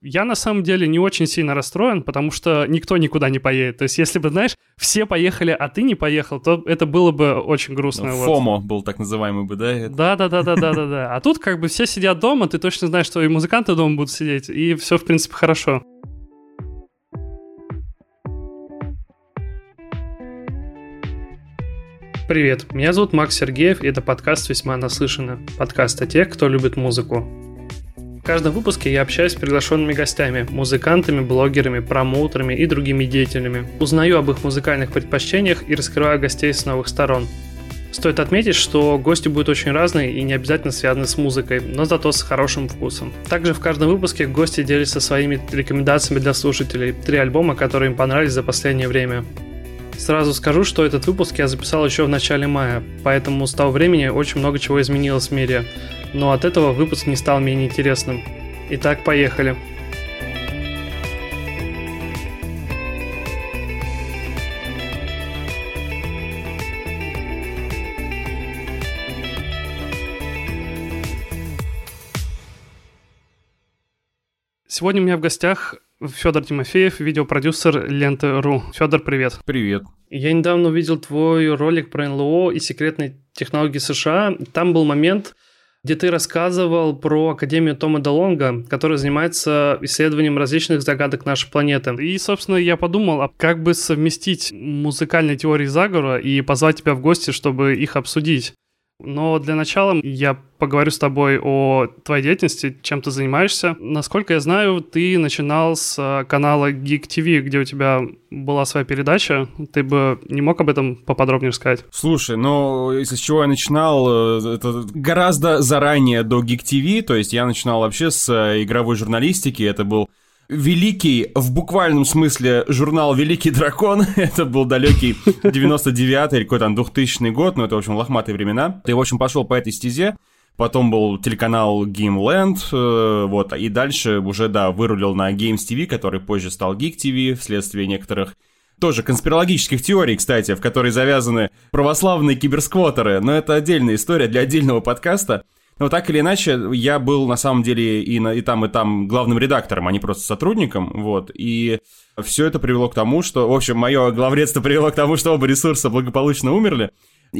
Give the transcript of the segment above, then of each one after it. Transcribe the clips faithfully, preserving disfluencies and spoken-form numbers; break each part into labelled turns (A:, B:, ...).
A: Я на самом деле не очень сильно расстроен, потому что никто никуда не поедет. То есть если бы, знаешь, все поехали, а ты не поехал, то это было бы очень грустно.
B: Ну,
A: вот.
B: фомо был так называемый бы, да?
A: Да-да-да-да-да-да. А тут как бы все сидят дома, ты точно знаешь, что и музыканты дома будут сидеть, и все, в принципе, хорошо. Привет, меня зовут Макс Сергеев, и это подкаст «Весьма наслышано». Подкаст о тех, кто любит музыку. В каждом выпуске я общаюсь с приглашенными гостями, музыкантами, блогерами, промоутерами и другими деятелями. Узнаю об их музыкальных предпочтениях и раскрываю гостей с новых сторон. Стоит отметить, что гости будут очень разные и не обязательно связаны с музыкой, но зато с хорошим вкусом. Также в каждом выпуске гости делятся своими рекомендациями для слушателей, три альбома, которые им понравились за последнее время. Сразу скажу, что этот выпуск я записал еще в начале мая, поэтому с того времени очень много чего изменилось в мире, но от этого выпуск не стал менее интересным. Итак, поехали. Сегодня у меня в гостях Федор Тимофеев, видеопродюсер ленты точка ру. Федор, привет.
B: Привет.
A: Я недавно увидел твой ролик про эн эл о и секретные технологии США. Там был момент, где ты рассказывал про Академию Тома DeLonge, которая занимается исследованием различных загадок нашей планеты. И, собственно, я подумал, а как бы совместить музыкальные теории заговора и позвать тебя в гости, чтобы их обсудить. Но для начала я поговорю с тобой о твоей деятельности, чем ты занимаешься. Насколько я знаю, ты начинал с канала Geek ти ви, где у тебя была своя передача. Ты бы не мог об этом поподробнее рассказать?
B: Слушай, ну, если с чего я начинал, это гораздо заранее до Geek ти ви, то есть я начинал вообще с игровой журналистики, это был великий, в буквальном смысле, журнал «Великий дракон». Это был далекий девяносто девятый или какой-то там двухтысячный год, но это, в общем, лохматые времена. Ты, в общем, пошел по этой стезе. Потом был телеканал Gameland, э, вот, и дальше уже, да, вырулил на Games ти ви, который позже стал Geek ти ви, вследствие некоторых тоже конспирологических теорий, кстати, в которые завязаны православные киберсквотеры, но это отдельная история для отдельного подкаста. Но так или иначе, я был на самом деле и, на, и там, и там главным редактором, а не просто сотрудником, вот, и все это привело к тому, что, в общем, мое главредство привело к тому, что оба ресурса благополучно умерли.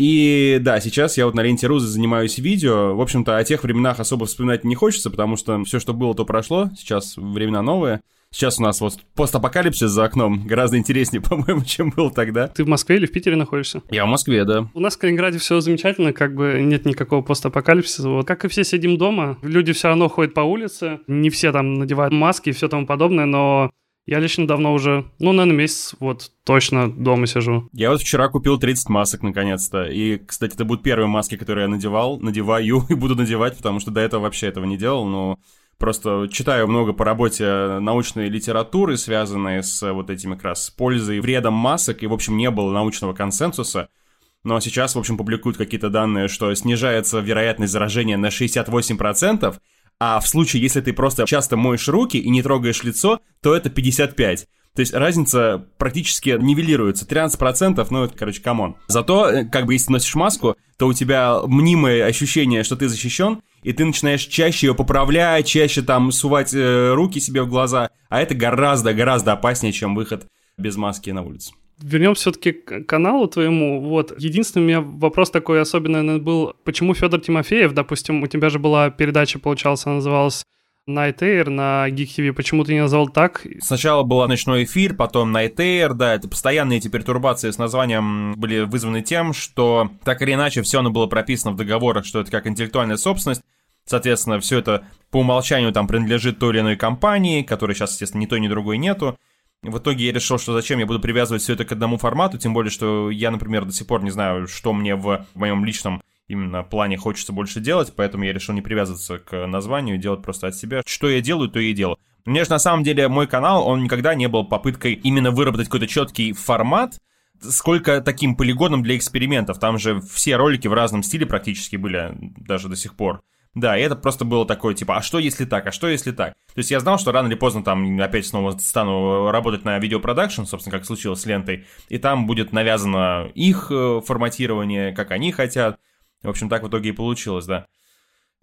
B: И да, сейчас я вот на ленте точка ру занимаюсь видео. В общем-то, о тех временах особо вспоминать не хочется, потому что все, что было, то прошло. Сейчас времена новые. Сейчас у нас вот постапокалипсис за окном гораздо интереснее, по-моему, чем был тогда.
A: Ты в Москве или в Питере находишься?
B: Я в Москве, да.
A: У нас в Калининграде все замечательно, как бы нет никакого постапокалипсиса. Вот. Как и все сидим дома, люди все равно ходят по улице, не все там надевают маски и все тому подобное, но я лично давно уже, ну, наверное, месяц вот точно дома сижу.
B: Я вот вчера купил тридцать масок, наконец-то. И, кстати, это будут первые маски, которые я надевал, надеваю и буду надевать, потому что до этого вообще этого не делал, но просто читаю много по работе научной литературы, связанной с вот этими как раз пользой и вредом масок, и, в общем, не было научного консенсуса. Но сейчас, в общем, публикуют какие-то данные, что снижается вероятность заражения на шестьдесят восемь процентов, а в случае, если ты просто часто моешь руки и не трогаешь лицо, то это пятьдесят пять процентов. То есть разница практически нивелируется. тринадцать процентов, ну, это, короче, камон. Зато, как бы, если носишь маску, то у тебя мнимое ощущение, что ты защищен, и ты начинаешь чаще ее поправлять, чаще там сувать э, руки себе в глаза, а это гораздо-гораздо опаснее, чем выход без маски на улицу.
A: Вернемся все-таки к каналу твоему. Вот. Единственный у меня вопрос такой особенный был, почему Федор Тимофеев, допустим, у тебя же была передача, получалось, она называлась Night Air на Geek ти ви, почему ты не назвал так?
B: Сначала был ночной эфир, потом Night Air, да, это постоянные эти пертурбации с названием были вызваны тем, что так или иначе все оно было прописано в договорах, что это как интеллектуальная собственность, соответственно, все это по умолчанию там принадлежит той или иной компании, которой сейчас, естественно, ни той, ни другой нету. В итоге я решил, что зачем я буду привязывать все это к одному формату, тем более, что я, например, до сих пор не знаю, что мне в моем личном именно плане хочется больше делать, поэтому я решил не привязываться к названию, делать просто от себя. Что я делаю, то и делаю. У меня же на самом деле мой канал, он никогда не был попыткой именно выработать какой-то четкий формат, сколько таким полигоном для экспериментов. Там же все ролики в разном стиле практически были даже до сих пор. Да, и это просто было такое, типа, а что если так, а что если так? То есть я знал, что рано или поздно там опять снова стану работать на видеопродакшн, собственно, как случилось с лентой, и там будет навязано их форматирование, как они хотят. В общем, так в итоге и получилось, да.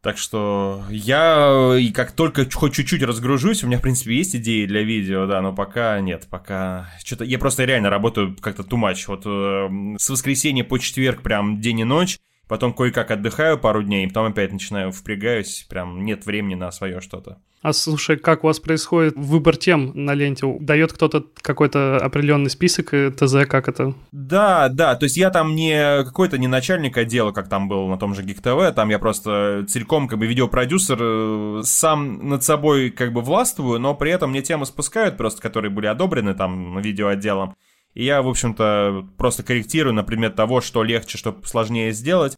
B: Так что я, и как только хоть чуть-чуть разгружусь, у меня, в принципе, есть идеи для видео, да, но пока нет, пока... Что-то я просто реально работаю как-то too much. Вот э, с воскресенья по четверг прям день и ночь, потом кое-как отдыхаю пару дней, потом опять начинаю впрягаюсь, прям нет времени на свое что-то.
A: А слушай, как у вас происходит выбор тем на ленте? Дает кто-то какой-то определенный список, ТЗ, как это?
B: Да, да, то есть я там не какой-то не начальник отдела, как там был на том же Geek ти ви, там я просто целиком как бы видеопродюсер, сам над собой как бы властвую, но при этом мне темы спускают просто, которые были одобрены там видеоотделом, и я, в общем-то, просто корректирую на предмет того, что легче, что сложнее сделать.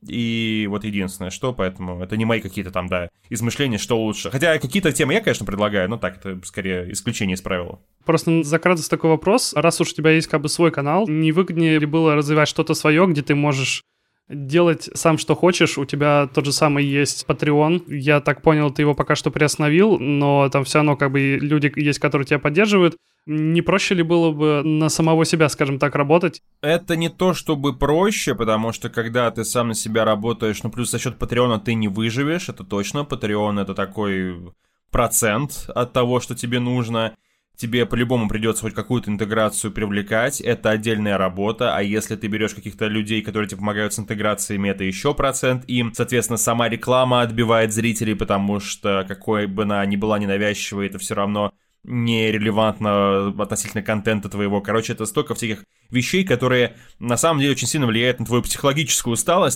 B: И вот единственное, что, поэтому это не мои какие-то там, да, измышления, что лучше. Хотя какие-то темы я, конечно, предлагаю, но так, это скорее исключение из правила.
A: Просто закрадывается такой вопрос, раз уж у тебя есть как бы свой канал, не выгоднее ли было развивать что-то свое, где ты можешь делать сам, что хочешь? У тебя тот же самый есть Patreon, я так понял, ты его пока что приостановил, но там все равно как бы люди есть, которые тебя поддерживают. Не проще ли было бы на самого себя, скажем так, работать?
B: Это не то чтобы проще, потому что когда ты сам на себя работаешь, ну плюс за счет Патреона ты не выживешь, это точно. Patreon — это такой процент от того, что тебе нужно. Тебе по-любому придется хоть какую-то интеграцию привлекать, это отдельная работа, а если ты берешь каких-то людей, которые тебе помогают с интеграциями, это еще процент им. Соответственно, сама реклама отбивает зрителей, потому что какой бы она ни была ненавязчивой, это все равно нерелевантно относительно контента твоего. Короче, это столько всяких вещей, которые на самом деле очень сильно влияют на твою психологическую усталость.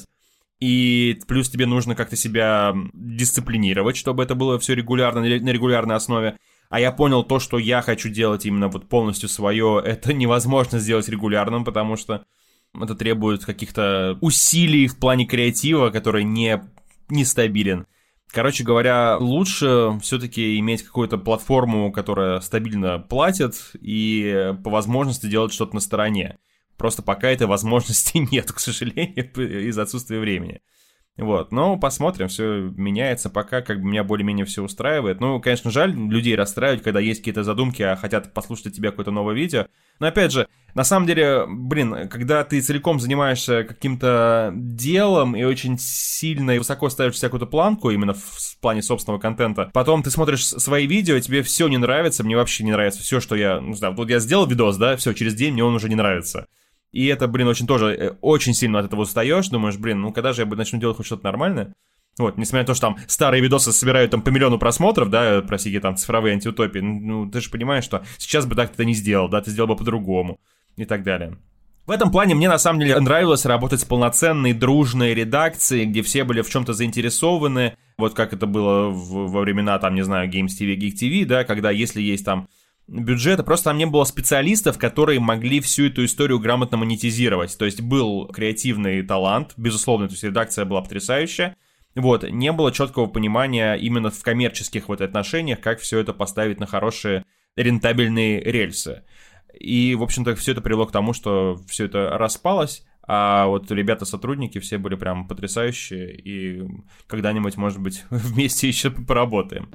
B: И плюс тебе нужно как-то себя дисциплинировать, чтобы это было все регулярно, на регулярной основе. А я понял то, что я хочу делать именно вот полностью свое, это невозможно сделать регулярным, потому что это требует каких-то усилий в плане креатива, который не, не стабилен. Короче говоря, лучше все-таки иметь какую-то платформу, которая стабильно платит, и по возможности делать что-то на стороне. Просто пока этой возможности нет, к сожалению, из-за отсутствия времени. Вот, но посмотрим, все меняется, пока как бы меня более-менее все устраивает. Ну, конечно, жаль людей расстраивать, когда есть какие-то задумки, а хотят послушать от тебя какое-то новое видео. Но опять же, на самом деле, блин, когда ты целиком занимаешься каким-то делом и очень сильно и высоко ставишь себе какую-то планку именно в, в плане собственного контента, потом ты смотришь свои видео, и тебе все не нравится, мне вообще не нравится все, что я, ну, знаю, вот я сделал видос, да, все, через день мне он уже не нравится. И это, блин, очень тоже, очень сильно от этого устаешь, думаешь, блин, ну когда же я начну делать хоть что-то нормальное? Вот, несмотря на то, что там старые видосы собирают там по миллиону просмотров, да, про всякие там цифровые антиутопии, ну, ты же понимаешь, что сейчас бы так ты это не сделал, да, ты сделал бы по-другому и так далее. В этом плане мне на самом деле нравилось работать с полноценной, дружной редакцией, где все были в чем-то заинтересованы, вот как это было в, во времена, там, не знаю, Games ти ви, Geek ти ви, да, когда если есть там бюджета, просто там не было специалистов, которые могли всю эту историю грамотно монетизировать. То есть был креативный талант, безусловно, то есть редакция была потрясающая. Вот, не было четкого понимания именно в коммерческих вот отношениях, как все это поставить на хорошие рентабельные рельсы. И, в общем-то, все это привело к тому, что все это распалось, а вот ребята-сотрудники все были прям потрясающие, и когда-нибудь, может быть, вместе еще поработаем.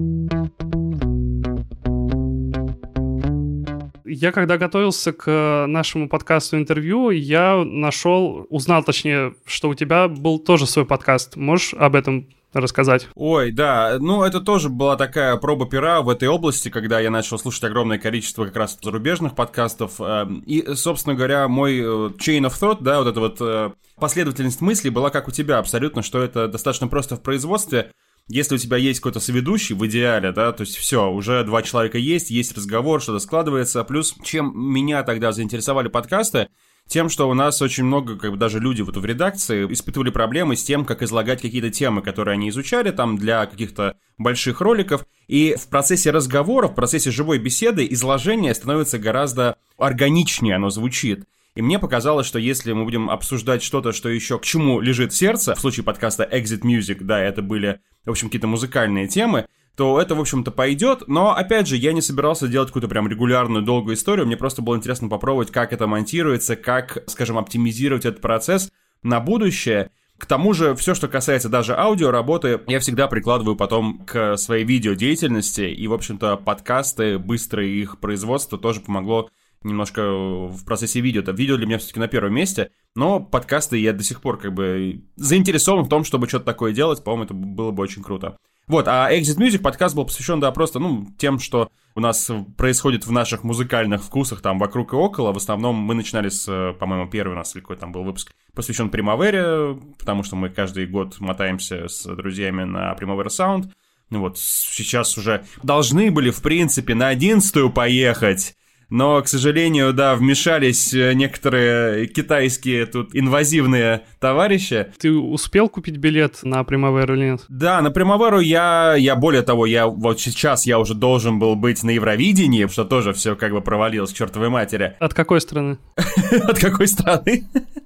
A: Я когда готовился к нашему подкасту интервью, я нашел, узнал точнее, что у тебя был тоже свой подкаст. Можешь об этом рассказать?
B: Ой, да, ну это тоже была такая проба пера в этой области, когда я начал слушать огромное количество как раз зарубежных подкастов. И, собственно говоря, мой chain of thought, да, вот эта вот последовательность мыслей была как у тебя абсолютно, что это достаточно просто в производстве. Если у тебя есть какой-то соведущий, в идеале, да, то есть все, уже два человека есть, есть разговор, что-то складывается. Плюс, чем меня тогда заинтересовали подкасты, тем, что у нас очень много, как бы даже люди вот в редакции испытывали проблемы с тем, как излагать какие-то темы, которые они изучали там для каких-то больших роликов. И в процессе разговора, в процессе живой беседы изложение становится гораздо органичнее, оно звучит. И мне показалось, что если мы будем обсуждать что-то, что еще к чему лежит сердце, в случае подкаста Exit Music, да, это были, в общем, какие-то музыкальные темы, то это, в общем-то, пойдет. Но, опять же, я не собирался делать какую-то прям регулярную, долгую историю. Мне просто было интересно попробовать, как это монтируется, как, скажем, оптимизировать этот процесс на будущее. К тому же, все, что касается даже аудиоработы, я всегда прикладываю потом к своей видеодеятельности. И, в общем-то, подкасты, быстрое их производство тоже помогло немножко в процессе видео. Это видео для меня все-таки на первом месте, но подкасты я до сих пор как бы заинтересован в том, чтобы что-то такое делать. По-моему, это было бы очень круто. Вот, а Exit Music подкаст был посвящен, да, просто, ну, тем, что у нас происходит в наших музыкальных вкусах там вокруг и около. В основном мы начинали с, по-моему, первый у нас или какой там был выпуск посвящен Primavera, потому что мы каждый год мотаемся с друзьями на Primavera Sound. Ну вот, сейчас уже должны были, в принципе, на одиннадцатую поехать. Но, к сожалению, да, вмешались некоторые китайские тут инвазивные товарищи.
A: Ты успел купить билет на Primavera или нет?
B: Да, на Primavera я, я более того, я вот сейчас я уже должен был быть на Евровидении, потому что тоже все как бы провалилось к чертовой матери.
A: От какой страны?
B: От какой страны?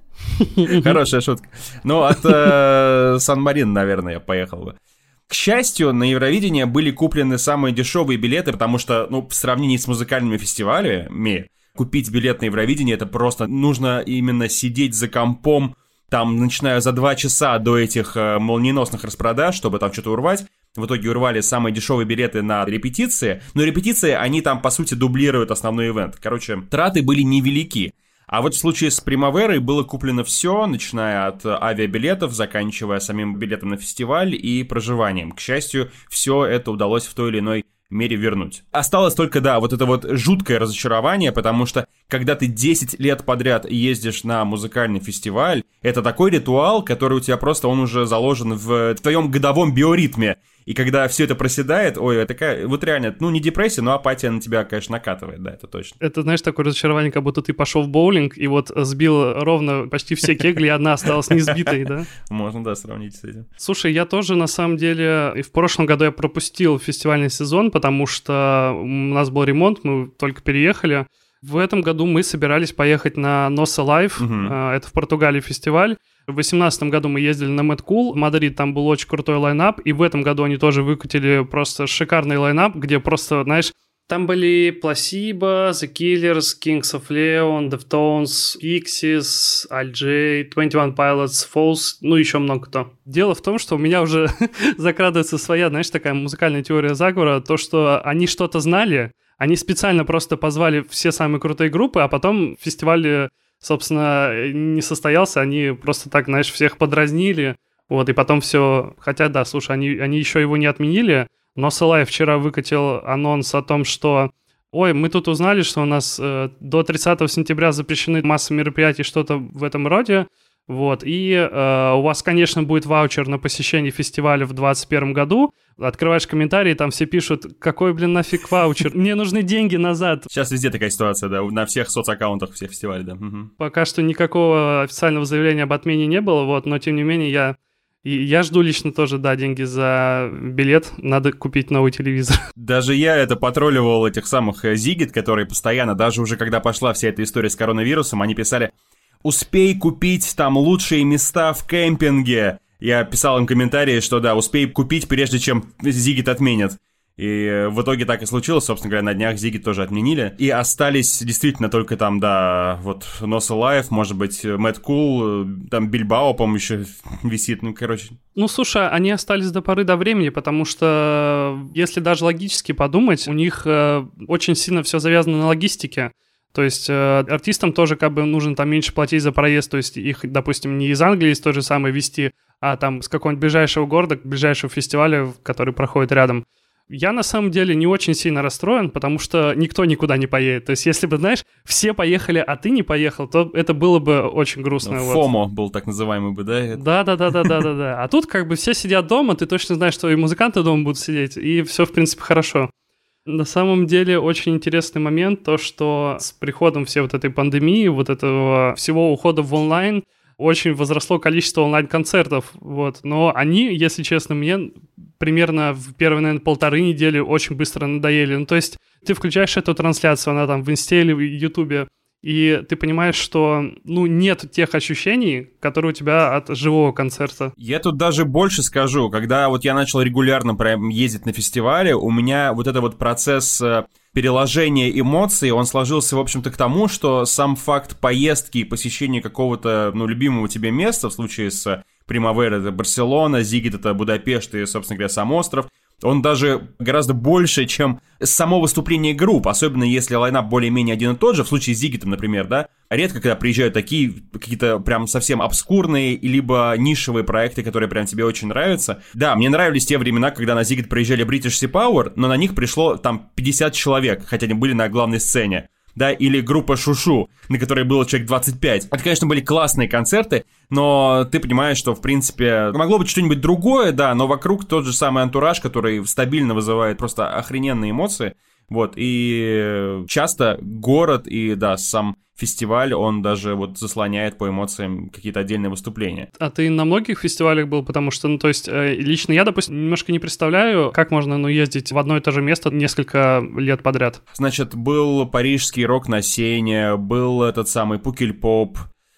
B: Хорошая шутка. Ну, от Сан-Марин, наверное, я поехал бы. К счастью, на Евровидение были куплены самые дешевые билеты, потому что, ну, в сравнении с музыкальными фестивалями, купить билет на Евровидение, это просто нужно именно сидеть за компом, там, начиная за два часа до этих э, молниеносных распродаж, чтобы там что-то урвать. В итоге урвали самые дешевые билеты на репетиции, но репетиции, они там, по сути, дублируют основной ивент. Короче, траты были невелики. А вот в случае с Primavera было куплено все, начиная от авиабилетов, заканчивая самим билетом на фестиваль и проживанием. К счастью, все это удалось в той или иной мере вернуть. Осталось только, да, вот это вот жуткое разочарование, потому что когда ты десять лет подряд ездишь на музыкальный фестиваль, это такой ритуал, который у тебя просто, он уже заложен в твоем годовом биоритме. И когда все это проседает, ой, такая, вот реально, ну не депрессия, но апатия на тебя, конечно, накатывает, да, это точно.
A: Это, знаешь, такое разочарование, как будто ты пошел в боулинг и вот сбил ровно почти все кегли, одна осталась не сбитой, да?
B: Можно, да, сравнить с этим.
A: Слушай, я тоже, на самом деле, и в прошлом году я пропустил фестивальный сезон, потому что у нас был ремонт, мы только переехали. В этом году мы собирались поехать на Nossa Live, uh-huh. это в Португалии фестиваль. В две тысячи восемнадцатом году мы ездили на Mad Cool, Мадрид, там был очень крутой лайнап, и в этом году они тоже выкатили просто шикарный лайнап, где просто, знаешь, там были Placebo, The Killers, Kings of Leon, Deftones, Pixies, Al J, Twenty One Pilots, Falls, ну еще много кто. Дело в том, что у меня уже закрадывается своя, знаешь, такая музыкальная теория заговора, то, что они что-то знали, они специально просто позвали все самые крутые группы, а потом фестиваль, собственно, не состоялся, они просто так, знаешь, всех подразнили, вот, и потом все, хотя, да, слушай, они, они еще его не отменили, но Nossa Live вчера выкатил анонс о том, что, ой, мы тут узнали, что у нас э, до тридцатого сентября запрещены масса мероприятий, что-то в этом роде, вот, и э, у вас, конечно, будет ваучер на посещение фестиваля в двадцать первом году. Открываешь комментарии, там все пишут, какой, блин, нафиг ваучер, мне нужны деньги назад.
B: Сейчас везде такая ситуация, да, на всех соцаккаунтах всех фестивалей, да. Угу.
A: Пока что никакого официального заявления об отмене не было, вот, но тем не менее я... И я жду лично тоже, да, деньги за билет, надо купить новый телевизор.
B: Даже я это потролливал этих самых Зигит, которые постоянно, даже уже когда пошла вся эта история с коронавирусом, они писали, успей купить там лучшие места в кемпинге. Я писал им комментарии, что да, успей купить, прежде чем Зигит отменят. И в итоге так и случилось, собственно говоря, на днях Зигит тоже отменили. И остались действительно только там, да, вот Nossa Live, может быть, Mad Cool, там Бильбао, по-моему, еще висит, ну, короче.
A: Ну, слушай, они остались до поры до времени, потому что, если даже логически подумать, у них э, очень сильно все завязано на логистике. То есть э, артистам тоже как бы нужно там меньше платить за проезд, то есть их, допустим, не из Англии из той же самой везти, а там с какого-нибудь ближайшего города, ближайшего фестиваля, который проходит рядом. Я на самом деле не очень сильно расстроен, потому что никто никуда не поедет. То есть если бы, знаешь, все поехали, а ты не поехал, то это было бы очень грустно.
B: Ну,
A: вот.
B: фомо был так называемый бы, да?
A: Да-да-да-да-да-да. А тут как бы все сидят дома, ты точно знаешь, что и музыканты дома будут сидеть, и все, в принципе, хорошо. На самом деле очень интересный момент, то, что с приходом всей вот этой пандемии, вот этого всего ухода в онлайн, очень возросло количество онлайн-концертов, вот. Но они, если честно, мне примерно в первые, наверное, полторы недели очень быстро надоели. Ну, то есть ты включаешь эту трансляцию, она там в Инсте или в Ютубе, и ты понимаешь, что, ну, нет тех ощущений, которые у тебя от живого концерта.
B: Я тут даже больше скажу. Когда вот я начал регулярно прям ездить на фестивале, у меня вот этот вот процесс переложения эмоций, он сложился, в общем-то, к тому, что сам факт поездки и посещения какого-то, ну, любимого тебе места, в случае с Primavera это Барселона, Зигит это Будапешт и, собственно говоря, сам остров, Он даже гораздо больше, чем само выступление групп, особенно если лайнап более-менее один и тот же, в случае с Зиггитом, например, да. Редко, когда приезжают такие какие-то прям совсем обскурные, либо нишевые проекты, которые прям тебе очень нравятся. Да, мне нравились те времена, когда на Зиггит приезжали British Sea Power, но на них пришло там пятьдесят человек, хотя они были на главной сцене. Да, или группа Шушу, на которой было человек двадцать пять. Это, конечно, были классные концерты, но ты понимаешь, что, в принципе, могло быть что-нибудь другое, да, но вокруг тот же самый антураж, который стабильно вызывает просто охрененные эмоции. Вот, и часто город и, да, сам фестиваль, он даже вот заслоняет по эмоциям какие-то отдельные выступления.
A: А ты на многих фестивалях был? Потому что, ну, то есть, лично я, допустим, немножко не представляю, как можно, ну, ездить в одно и то же место несколько лет подряд.
B: Значит, был парижский рок на Сене, был этот самый Пукельпоп,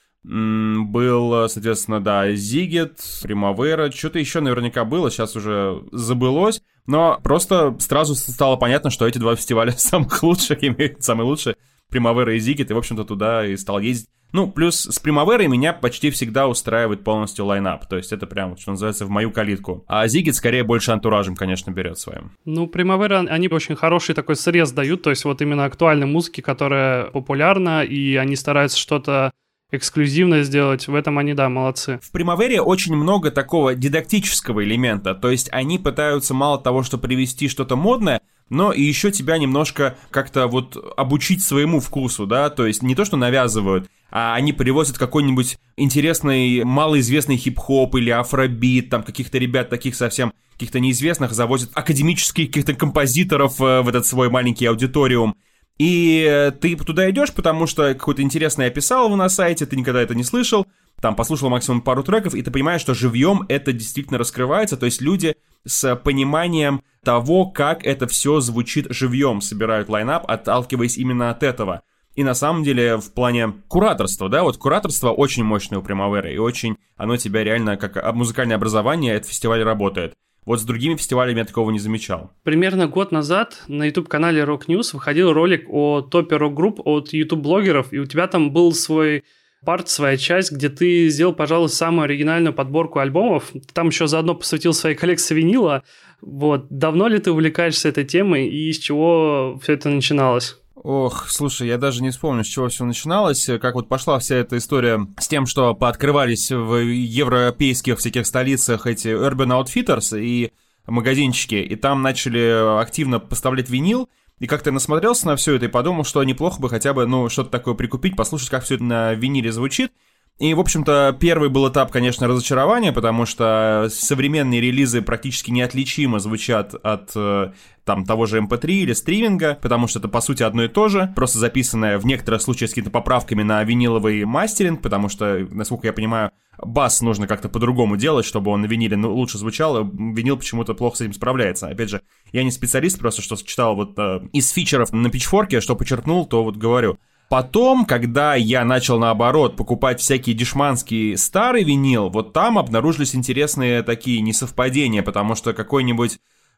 B: был, соответственно, да, Зиггит, Примавера, что-то еще наверняка было, сейчас уже забылось, но просто сразу стало понятно, что эти два фестиваля самых лучших, имеют самые лучшие, Примавера и Зиггит, и, в общем-то, туда и стал ездить. Ну, плюс с Примаверой меня почти всегда устраивает полностью лайнап, то есть это прям, что называется, в мою калитку. А Зиггит скорее больше антуражем, конечно, берет своим.
A: Ну, Примавера, они очень хороший такой срез дают, то есть вот именно актуальной музыки, которая популярна, и они стараются что-то эксклюзивно сделать, в этом они, да, молодцы.
B: В Примавере очень много такого дидактического элемента, то есть они пытаются мало того, что привести что-то модное, но и еще тебя немножко как-то вот обучить своему вкусу, да, то есть не то, что навязывают, а они привозят какой-нибудь интересный, малоизвестный хип-хоп или афробит, там каких-то ребят таких совсем каких-то неизвестных, завозят академических каких-то композиторов в этот свой маленький аудиториум. И ты туда идешь, потому что какой-то интересный описал его на сайте, ты никогда это не слышал, там послушал максимум пару треков, и ты понимаешь, что живьем это действительно раскрывается, то есть люди с пониманием того, как это все звучит живьем, собирают лайнап, отталкиваясь именно от этого. И на самом деле в плане кураторства, да, вот кураторство очень мощное у Примаверы, и очень оно тебя реально, как музыкальное образование, этот фестиваль работает. Вот с другими фестивалями я такого не замечал.
A: Примерно год назад на YouTube-канале Rock News выходил ролик о топе рок-групп от YouTube-блогеров, и у тебя там был свой парт, своя часть, где ты сделал, пожалуй, самую оригинальную подборку альбомов. Ты там еще заодно посвятил своей коллекции винила. Вот. Давно ли ты увлекаешься этой темой, и с чего все это начиналось?
B: Ох, слушай, я даже не вспомню, с чего все начиналось, как вот пошла вся эта история с тем, что пооткрывались в европейских всяких столицах эти Urban Outfitters и магазинчики, и там начали активно поставлять винил, и как-то насмотрелся на все это и подумал, что неплохо бы хотя бы, ну, что-то такое прикупить, послушать, как все это на виниле звучит. И, в общем-то, первый был этап, конечно, разочарования, потому что современные релизы практически неотличимо звучат от там того же эм пэ три или стриминга, потому что это, по сути, одно и то же, просто записанное в некоторых случаях с какими-то поправками на виниловый мастеринг, потому что, насколько я понимаю, бас нужно как-то по-другому делать, чтобы он на виниле ну, лучше звучал, а винил почему-то плохо с этим справляется. Опять же, я не специалист, просто что читал вот э, из фичеров на Pitchfork, что почерпнул, то вот говорю. Потом, когда я начал, наоборот, покупать всякие дешманский старый винил, вот там обнаружились интересные такие несовпадения, потому что какой-нибудь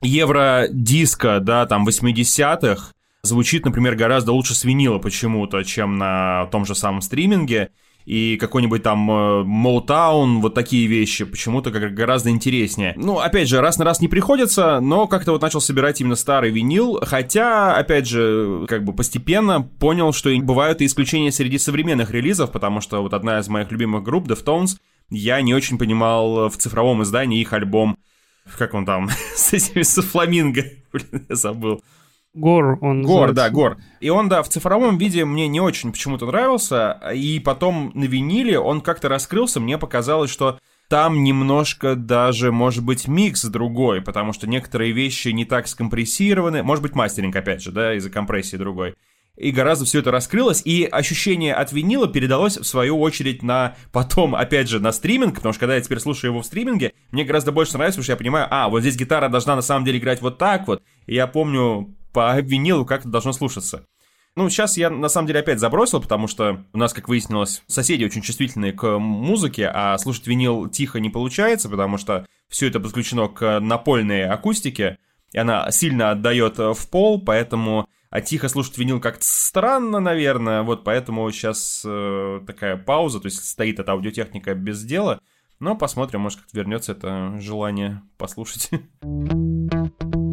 B: евро-диско, да, там, восьмидесятых звучит, например, гораздо лучше с винила почему-то, чем на том же самом стриминге, и какой-нибудь там Motown, вот такие вещи почему-то гораздо интереснее. Ну, опять же, раз на раз не приходится, но как-то вот начал собирать именно старый винил, хотя, опять же, как бы постепенно понял, что бывают и исключения среди современных релизов, потому что вот одна из моих любимых групп, Deftones, я не очень понимал в цифровом издании их альбом, как он там, с этими, с фламинго, блин, я забыл.
A: Гор, он
B: Гор, да, Гор. И он, да, в цифровом виде мне не очень почему-то нравился, и потом на виниле он как-то раскрылся, мне показалось, что там немножко даже, может быть, микс другой, потому что некоторые вещи не так скомпрессированы, может быть, мастеринг, опять же, да, из-за компрессии другой. И гораздо все это раскрылось, и ощущение от винила передалось, в свою очередь, на потом, опять же, на стриминг, потому что когда я теперь слушаю его в стриминге, мне гораздо больше нравится, потому что я понимаю, а, вот здесь гитара должна на самом деле играть вот так вот, и я помню по винилу, как это должно слушаться. Ну, сейчас я, на самом деле, опять забросил, потому что у нас, как выяснилось, соседи очень чувствительные к музыке, а слушать винил тихо не получается, потому что все это подключено к напольной акустике, и она сильно отдает в пол, поэтому а тихо слушать винил как-то странно, наверное, вот поэтому сейчас э, такая пауза, то есть стоит эта аудиотехника без дела, но посмотрим, может, как-то вернется это желание послушать.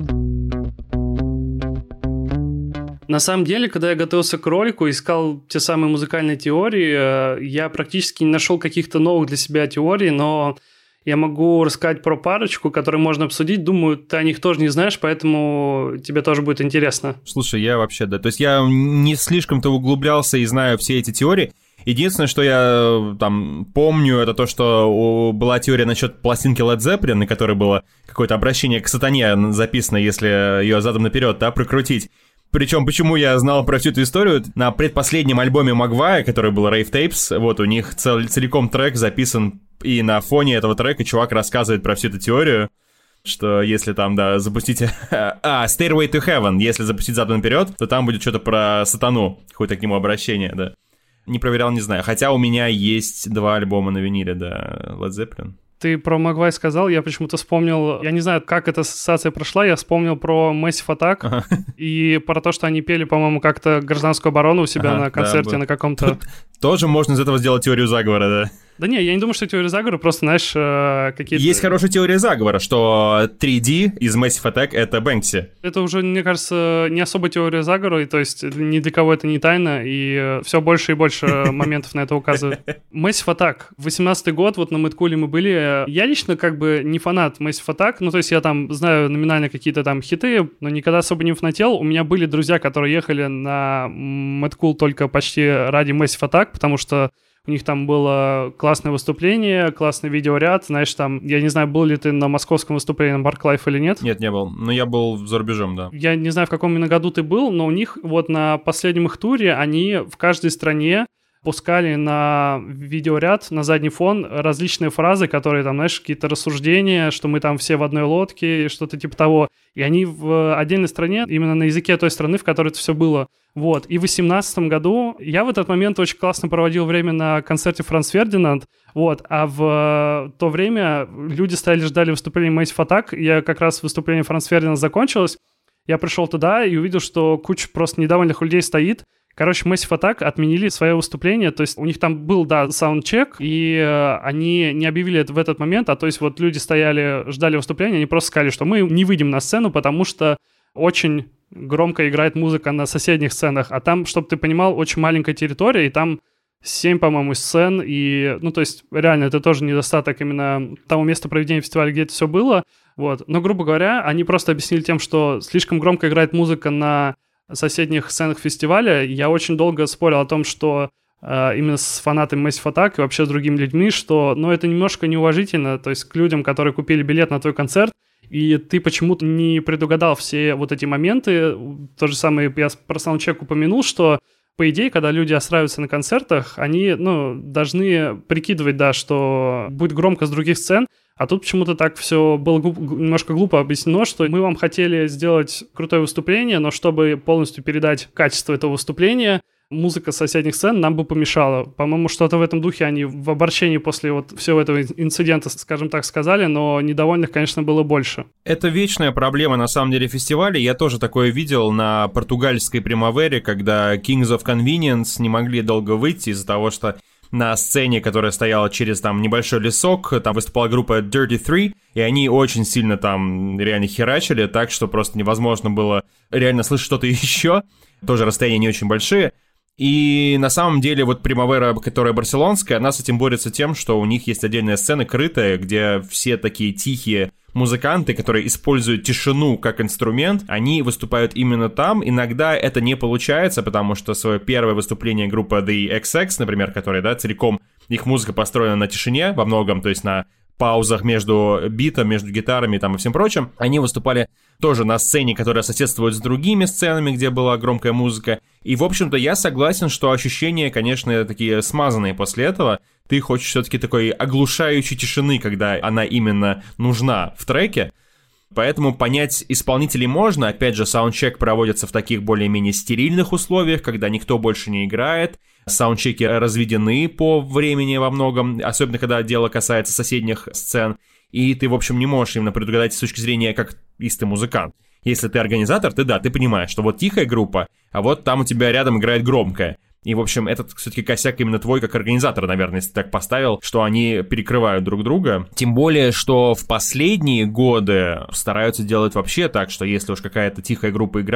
A: На самом деле, когда я готовился к ролику, искал те самые музыкальные теории, я практически не нашел каких-то новых для себя теорий, но я могу рассказать про парочку, которые можно обсудить. Думаю, ты о них тоже не знаешь, поэтому тебе тоже будет интересно.
B: Слушай, я вообще, да, то есть я не слишком-то углублялся и знаю все эти теории. Единственное, что я там помню, это то, что была теория насчет пластинки Led Zeppelin, на которой было какое-то обращение к сатане записано, если ее задом наперед, да, прокрутить. Причем, почему я знал про всю эту историю? На предпоследнем альбоме Магвая, который был Rave Tapes, вот у них цел- целиком трек записан, и на фоне этого трека чувак рассказывает про всю эту теорию, что если там, да, запустить... а, Stairway to Heaven, если запустить задом наперед, то там будет что-то про сатану, какое-то к нему обращение, да. Не проверял, не знаю. Хотя у меня есть два альбома на виниле, да, Led Zeppelin.
A: Ты про Магвай сказал, я почему-то вспомнил, я не знаю, как эта ассоциация прошла, я вспомнил про Massive Attack ага. и про то, что они пели, по-моему, как-то гражданскую оборону у себя ага, на концерте да, на каком-то...
B: Тут тоже можно из этого сделать теорию заговора, да?
A: Да не, я не думаю, что теория заговора, просто, знаешь, какие-то...
B: Есть хорошая теория заговора, что три ди из Massive Attack — это Бэнкси.
A: Это уже, мне кажется, не особо теория заговора, то есть ни для кого это не тайна, и все больше и больше моментов на это указывают. Massive Attack. восемнадцатый год, вот на Мэткуле мы были. Я лично как бы не фанат Massive Attack, ну то есть я там знаю номинально какие-то там хиты, но никогда особо не фанател. У меня были друзья, которые ехали на Мэткул только почти ради Massive Attack, потому что у них там было классное выступление, классный видеоряд. Знаешь, там, я не знаю, был ли ты на московском выступлении на Барклайф или нет?
B: Нет, не был. Но я был за рубежом, да.
A: Я не знаю, в каком именно году ты был, но у них вот на последнем их туре они в каждой стране пускали на видеоряд, на задний фон различные фразы, которые там, знаешь, какие-то рассуждения, что мы там все в одной лодке, что-то типа того. И они в отдельной стране, именно на языке той страны, в которой это все было. Вот. И в восемнадцатом году я в этот момент очень классно проводил время на концерте Франц Фердинанд, вот, а в то время люди стояли, ждали выступления Massive Attack, я как раз выступление Франц Фердинанд закончилось, я пришел туда и увидел, что куча просто недовольных людей стоит. Короче, Massive Attack отменили свое выступление, то есть у них там был, да, саундчек, и э, они не объявили это в этот момент, а то есть вот люди стояли, ждали выступления, они просто сказали, что мы не выйдем на сцену, потому что очень громко играет музыка на соседних сценах, а там, чтобы ты понимал, очень маленькая территория, и там семь, по-моему, сцен, и, ну, то есть реально это тоже недостаток именно того места проведения фестиваля, где это все было, вот. Но, грубо говоря, они просто объяснили тем, что слишком громко играет музыка на соседних сценах фестиваля. Я очень долго спорил о том, что э, именно с фанатами Massive Attack и вообще с другими людьми, что, ну, это немножко неуважительно, то есть к людям, которые купили билет на твой концерт, и ты почему-то не предугадал все вот эти моменты. То же самое я про саундчек упомянул, что, по идее, когда люди остраиваются на концертах, они, ну, должны прикидывать, да, что будет громко с других сцен, а тут почему-то так все было глуп, немножко глупо объяснено, что мы вам хотели сделать крутое выступление, но чтобы полностью передать качество этого выступления, музыка с соседних сцен нам бы помешала. По-моему, что-то в этом духе они в обращении после вот всего этого инцидента, скажем так, сказали, но недовольных, конечно, было больше.
B: Это вечная проблема, на самом деле, фестиваля. Я тоже такое видел на португальской Примавере, когда Kings of Convenience не могли долго выйти из-за того, что на сцене, которая стояла через там небольшой лесок, там выступала группа Dirty Three, и они очень сильно там реально херачили, так что просто невозможно было реально слышать что-то еще. Тоже расстояния не очень большие. И на самом деле вот Примавера, которая барселонская, она с этим борется тем, что у них есть отдельная сцена крытая, где все такие тихие музыканты, которые используют тишину как инструмент, они выступают именно там. Иногда это не получается, потому что свое первое выступление группы The икс икс, например, которая, да, целиком их музыка построена на тишине во многом, то есть на паузах между битом, между гитарами там и всем прочим. Они выступали тоже на сцене, которая соседствует с другими сценами, где была громкая музыка. И, в общем-то, я согласен, что ощущения, конечно, такие смазанные после этого. Ты хочешь все-таки такой оглушающей тишины, когда она именно нужна в треке. Поэтому понять исполнителей можно. Опять же, саундчек проводится в таких более-менее стерильных условиях, когда никто больше не играет. Саундчеки разведены по времени во многом, особенно когда дело касается соседних сцен. И ты, в общем, не можешь именно предугадать с точки зрения как истый музыкант. Если ты организатор, ты да, ты понимаешь, что вот тихая группа, а вот там у тебя рядом играет громкая. И, в общем, этот все-таки косяк именно твой как организатора, наверное, если ты так поставил, что они перекрывают друг друга. Тем более, что в последние годы стараются делать вообще так, что если уж какая-то тихая группа играет,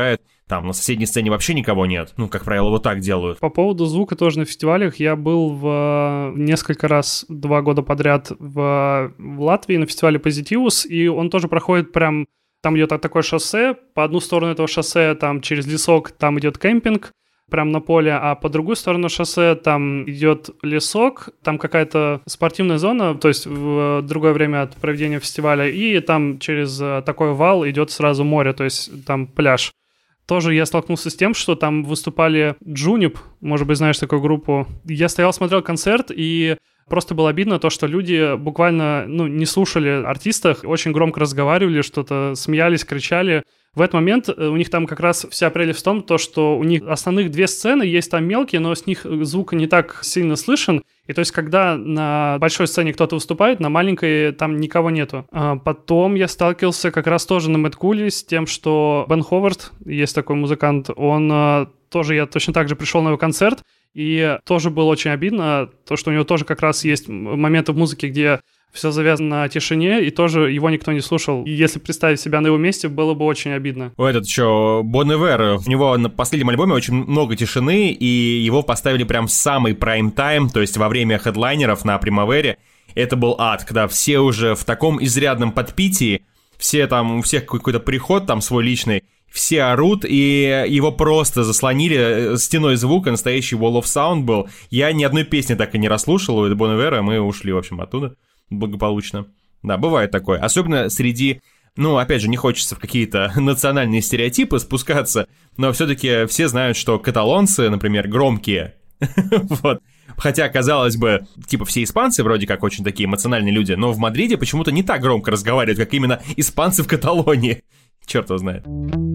B: Там на соседней сцене вообще никого нет. Ну, как правило, вот так делают.
A: По поводу звука тоже на фестивалях. Я был в несколько раз, два года подряд в, в Латвии на фестивале Positivus, и он тоже проходит прям... Там идет такое шоссе, по одну сторону этого шоссе там через лесок там идет кемпинг, прям на поле, а по другую сторону шоссе там идет лесок, там какая-то спортивная зона, то есть в другое время от проведения фестиваля, и там через такой вал идет сразу море, то есть там пляж. Тоже я столкнулся с тем, что там выступали Джунип, может быть, знаешь такую группу. Я стоял, смотрел концерт, и просто было обидно то, что люди буквально ну, не слушали артистов, очень громко разговаривали, что-то смеялись, кричали. В этот момент у них там как раз вся прелесть в том, то, что у них основных две сцены, есть там мелкие, но с них звук не так сильно слышен. И то есть, когда на большой сцене кто-то выступает, на маленькой там никого нету. А потом я сталкивался как раз тоже на Мэд Куле с тем, что Бен Ховард, есть такой музыкант, он тоже, я точно так же пришел на его концерт, и тоже было очень обидно, то, что у него тоже как раз есть моменты в музыке, где все завязано на тишине, и тоже его никто не слушал. И если представить себя на его месте, было бы очень обидно.
B: О, этот еще Бон Ивер, у него на последнем альбоме очень много тишины, и его поставили прям в самый прайм-тайм, то есть во время хедлайнеров на Примавере. Это был ад, когда все уже в таком изрядном подпитии, все там, у всех какой-то приход там свой личный, все орут, и его просто заслонили стеной звука, настоящий Wall of Sound был. Я ни одной песни так и не расслушал у Бон Ивера, мы ушли, в общем, оттуда благополучно. Да, бывает такое. Особенно среди... Ну, опять же, не хочется в какие-то национальные стереотипы спускаться, но все-таки все знают, что каталонцы, например, громкие. Вот. Хотя, казалось бы, типа все испанцы вроде как очень такие эмоциональные люди, но в Мадриде почему-то не так громко разговаривают, как именно испанцы в Каталонии. Черт его знает.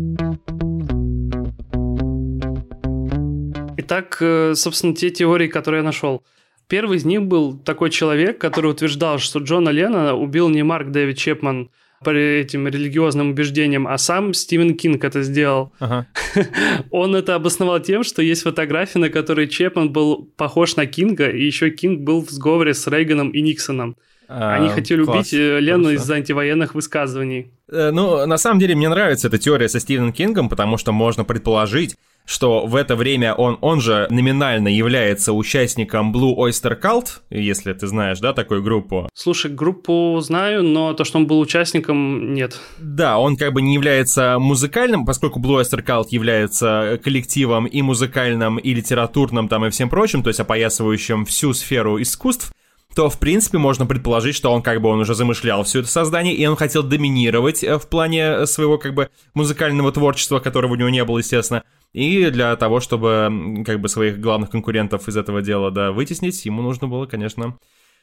A: Итак, собственно, те теории, которые я нашел. Первый из них был такой человек, который утверждал, что Джона Леннона убил не Марк Дэвид Чепман по этим религиозным убеждениям, а сам Стивен Кинг это сделал. Ага. Он это обосновал тем, что есть фотографии, на которой Чепман был похож на Кинга, и еще Кинг был в сговоре с Рейганом и Никсоном. А, Они хотели класс. убить Леннона из-за антивоенных высказываний.
B: Ну, на самом деле, мне нравится эта теория со Стивеном Кингом, потому что можно предположить, что в это время он, он же номинально является участником Blue Oyster Cult, если ты знаешь, да, такую группу?
A: Слушай, группу знаю, но то, что он был участником, нет.
B: Да, он как бы не является музыкальным, поскольку Blue Oyster Cult является коллективом и музыкальным, и литературным, там, и всем прочим, то есть опоясывающим всю сферу искусств, то, в принципе, можно предположить, что он как бы он уже замышлял все это создание, и он хотел доминировать в плане своего как бы музыкального творчества, которого у него не было, естественно. И для того, чтобы как бы своих главных конкурентов из этого дела, да, вытеснить, ему нужно было, конечно,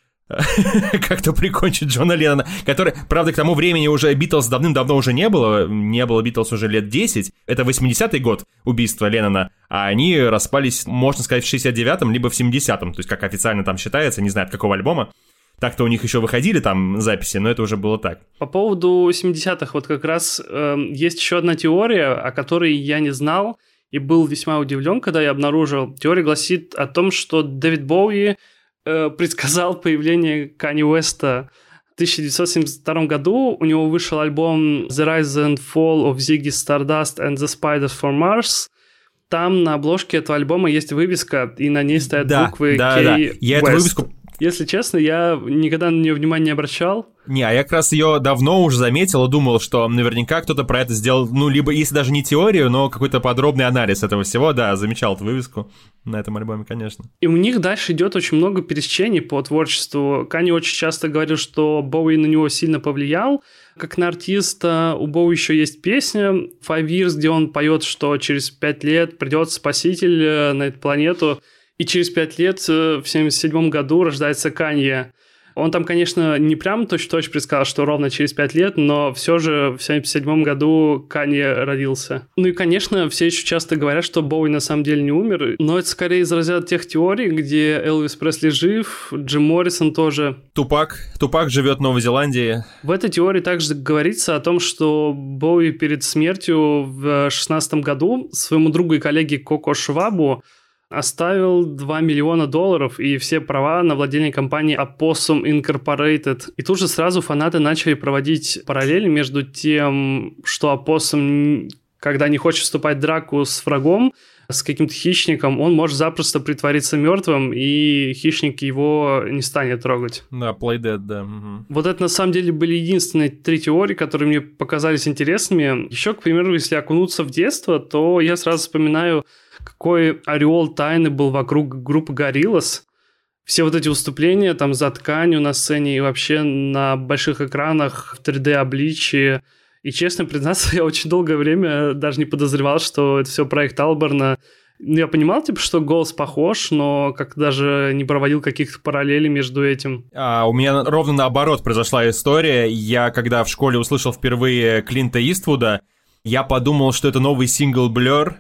B: как-то прикончить Джона Леннона, который, правда, к тому времени уже Битлз давным-давно уже не было, не было Битлз уже лет десять, это восьмидесятый год убийства Леннона, а они распались, можно сказать, в шестьдесят девятом, либо в семидесятом, то есть как официально там считается, не знаю, от какого альбома. Так-то у них еще выходили там записи, но это уже было так.
A: По поводу семидесятых, вот как раз э, есть еще одна теория, о которой я не знал, и был весьма удивлен, когда я обнаружил. Теория гласит о том, что Дэвид Боуи э, предсказал появление Канье Уэста. В тысяча девятьсот семьдесят втором году у него вышел альбом The Rise and Fall of Ziggy Stardust and the Spiders from Mars. Там на обложке этого альбома есть вывеска, и на ней стоят
B: да,
A: буквы
B: да,
A: Кей
B: да.
A: Уэст.
B: Я эту вывеску...
A: Если честно, я никогда на нее внимания не обращал.
B: Не, а я как раз ее давно уже заметил и думал, что наверняка кто-то про это сделал, ну, либо, если даже не теорию, но какой-то подробный анализ этого всего, да, замечал эту вывеску на этом альбоме, конечно.
A: И у них дальше идет очень много пересечений по творчеству. Канье очень часто говорил, что Боуи на него сильно повлиял, как на артиста. У Боуи еще есть песня Five Years, где он поет, что через пять лет придет спаситель на эту планету, и через пять лет, в семьдесят седьмом году, рождается Канье. Он там, конечно, не прям точно-точно предсказал, что ровно через пять лет, но все же в семьдесят седьмом году Канье родился. Ну и, конечно, все еще часто говорят, что Боуи на самом деле не умер, но это скорее из разряда тех теорий, где Элвис Пресли жив, Джим Моррисон тоже.
B: Тупак. Тупак живет в Новой Зеландии.
A: В этой теории также говорится о том, что Боуи перед смертью в шестнадцатом году своему другу и коллеге Коко Швабу оставил два миллиона долларов и все права на владение компанией Opossum Incorporated. И тут же сразу фанаты начали проводить параллели между тем, что Opossum когда не хочет вступать в драку с врагом, с каким-то хищником, он может запросто притвориться мертвым, и хищник его не станет трогать.
B: Да, play dead, да. Угу.
A: Вот это на самом деле были единственные три теории, которые мне показались интересными. Еще, к примеру, если окунуться в детство, то я сразу вспоминаю, какой ореол тайны был вокруг группы Gorillaz. Все вот эти выступления там за тканью на сцене и вообще на больших экранах в три дэ-обличии. И, честно признаться, я очень долгое время даже не подозревал, что это все проект Алберна. Я понимал, типа, что голос похож, но как даже не проводил каких-то параллелей между этим.
B: А, у меня ровно наоборот произошла история. Я, когда в школе услышал впервые Клинта Иствуда, я подумал, что это новый сингл Blur,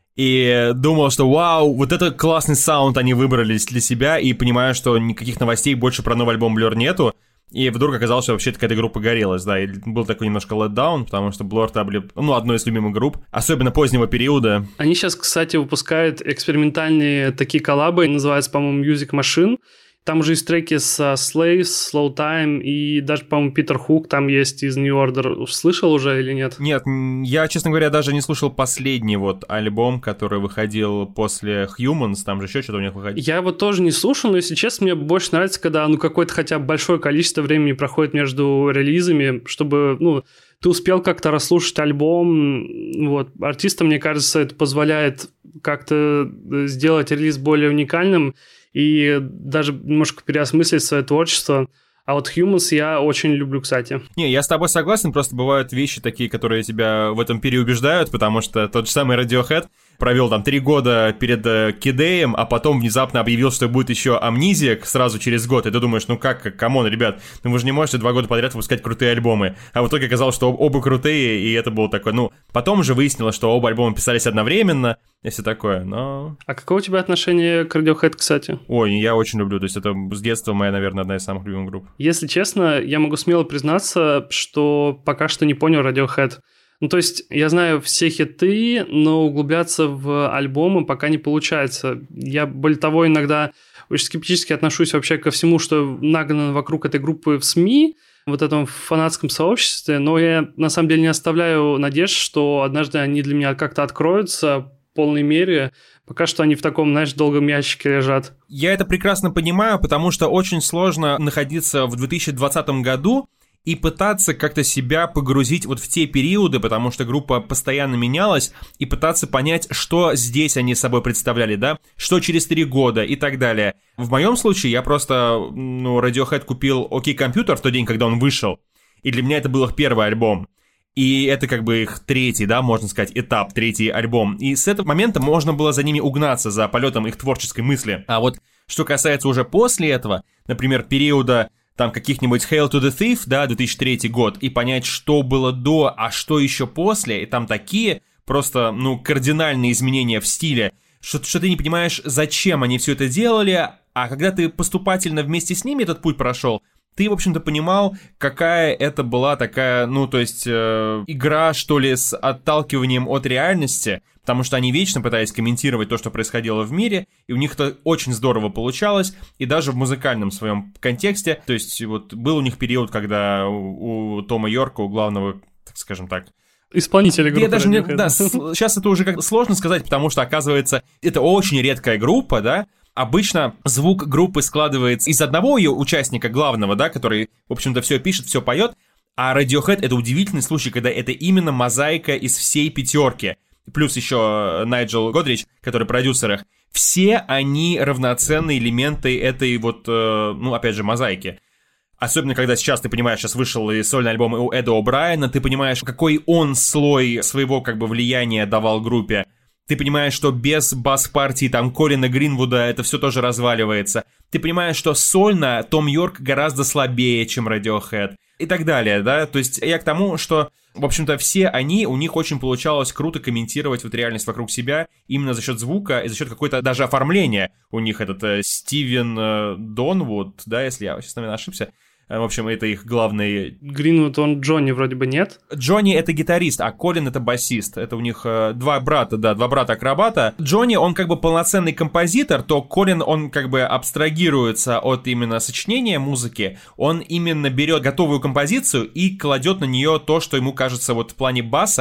B: и думал, что вау, вот это классный саунд они выбрали для себя, и понимаю, что никаких новостей больше про новый альбом Blur нету. И вдруг оказалось, что вообще-то какая-то группа Gorillaz, да, и был такой немножко letdown, потому что Blur были, ну, одной из любимых групп, особенно позднего периода.
A: Они сейчас, кстати, выпускают экспериментальные такие коллабы, называются, по-моему, Music Machine. Там уже есть треки с Slaves, Slow Time и даже, по-моему, Питер Хук там есть из New Order. Слышал уже или нет?
B: Нет, я, честно говоря, даже не слушал последний вот альбом, который выходил после Humans, там же еще что-то у них выходило.
A: Я его тоже не слушал, но, если честно, мне больше нравится, когда ну какое-то хотя бы большое количество времени проходит между релизами, чтобы, ну, ты успел как-то расслушать альбом. Вот. Артистам, мне кажется, это позволяет как-то сделать релиз более уникальным и даже немножко переосмыслить свое творчество. А вот Humans я очень люблю, кстати.
B: Не, я с тобой согласен, просто бывают вещи такие, которые тебя в этом переубеждают, потому что тот же самый Radiohead провел там три года перед э, Кидеем, а потом внезапно объявил, что будет еще Amnesiac сразу через год, и ты думаешь, ну как, камон, ребят, ну вы же не можете два года подряд выпускать крутые альбомы. А в итоге оказалось, что оба крутые, и это было такое, ну, потом уже выяснилось, что оба альбома писались одновременно, и все такое, но...
A: А какое у тебя отношение к Radiohead, кстати?
B: Ой, я очень люблю, то есть это с детства моя, наверное, одна из самых любимых групп.
A: Если честно, я могу смело признаться, что пока что не понял Radiohead. Ну, то есть, я знаю все хиты, но углубляться в альбомы пока не получается. Я, более того, иногда очень скептически отношусь вообще ко всему, что нагнано вокруг этой группы в СМИ, вот этом фанатском сообществе, но я, на самом деле, не оставляю надежд, что однажды они для меня как-то откроются в полной мере. Пока что они в таком, знаешь, долгом ящике лежат.
B: Я это прекрасно понимаю, потому что очень сложно находиться в две тысячи двадцатом году и пытаться как-то себя погрузить вот в те периоды, потому что группа постоянно менялась, и пытаться понять, что здесь они собой представляли, да, что через три года и так далее. В моем случае я просто, ну, Radiohead купил OK Computer в тот день, когда он вышел, и для меня это был их первый альбом. И это как бы их третий, да, можно сказать, этап, третий альбом. И с этого момента можно было за ними угнаться, за полетом их творческой мысли. А вот что касается уже после этого, например, периода там каких-нибудь Hail to the Thief, да, две тысячи третий год, и понять, что было до, а что еще после, и там такие просто, ну, кардинальные изменения в стиле, что, что ты не понимаешь, зачем они все это делали, а когда ты поступательно вместе с ними этот путь прошел, ты, в общем-то, понимал, какая это была такая, ну, то есть, э, игра, что ли, с отталкиванием от реальности, потому что они вечно пытались комментировать то, что происходило в мире, и у них это очень здорово получалось, и даже в музыкальном своем контексте, то есть, вот, был у них период, когда у, у Тома Йорка, у главного, так скажем так,
A: исполнители группы.
B: Я даже не, да, с, сейчас это уже как сложно сказать, потому что, оказывается, это очень редкая группа, да. Обычно звук группы складывается из одного ее участника главного, да, который, в общем-то, все пишет, все поет, а Radiohead — это удивительный случай, когда это именно мозаика из всей пятерки, плюс еще Найджел Годрич, который продюсер их. Все они равноценные элементы этой вот, ну, опять же, мозаики. Особенно, когда сейчас, ты понимаешь, сейчас вышел и сольный альбом у Эда О'Брайена, ты понимаешь, какой он слой своего, как бы, влияния давал группе. Ты понимаешь, что без бас-партии там Колина Гринвуда это все тоже разваливается. Ты понимаешь, что сольно Том Йорк гораздо слабее, чем Radiohead. И так далее, да? То есть я к тому, что, в общем-то, все они, у них очень получалось круто комментировать вот реальность вокруг себя именно за счет звука и за счет какой-то даже оформления. У них этот э, Стивен э, Донвуд, да, если я сейчас, наверное, ошибся. В общем, это их главный...
A: Гринвуд, он Джонни вроде бы нет?
B: Джонни — это гитарист, а Колин — это басист. Это у них э, два брата, да, два брата-акробата. Джонни, он как бы полноценный композитор, то Колин, он как бы абстрагируется от именно сочинения музыки. Он именно берет готовую композицию и кладет на нее то, что ему кажется вот в плане баса.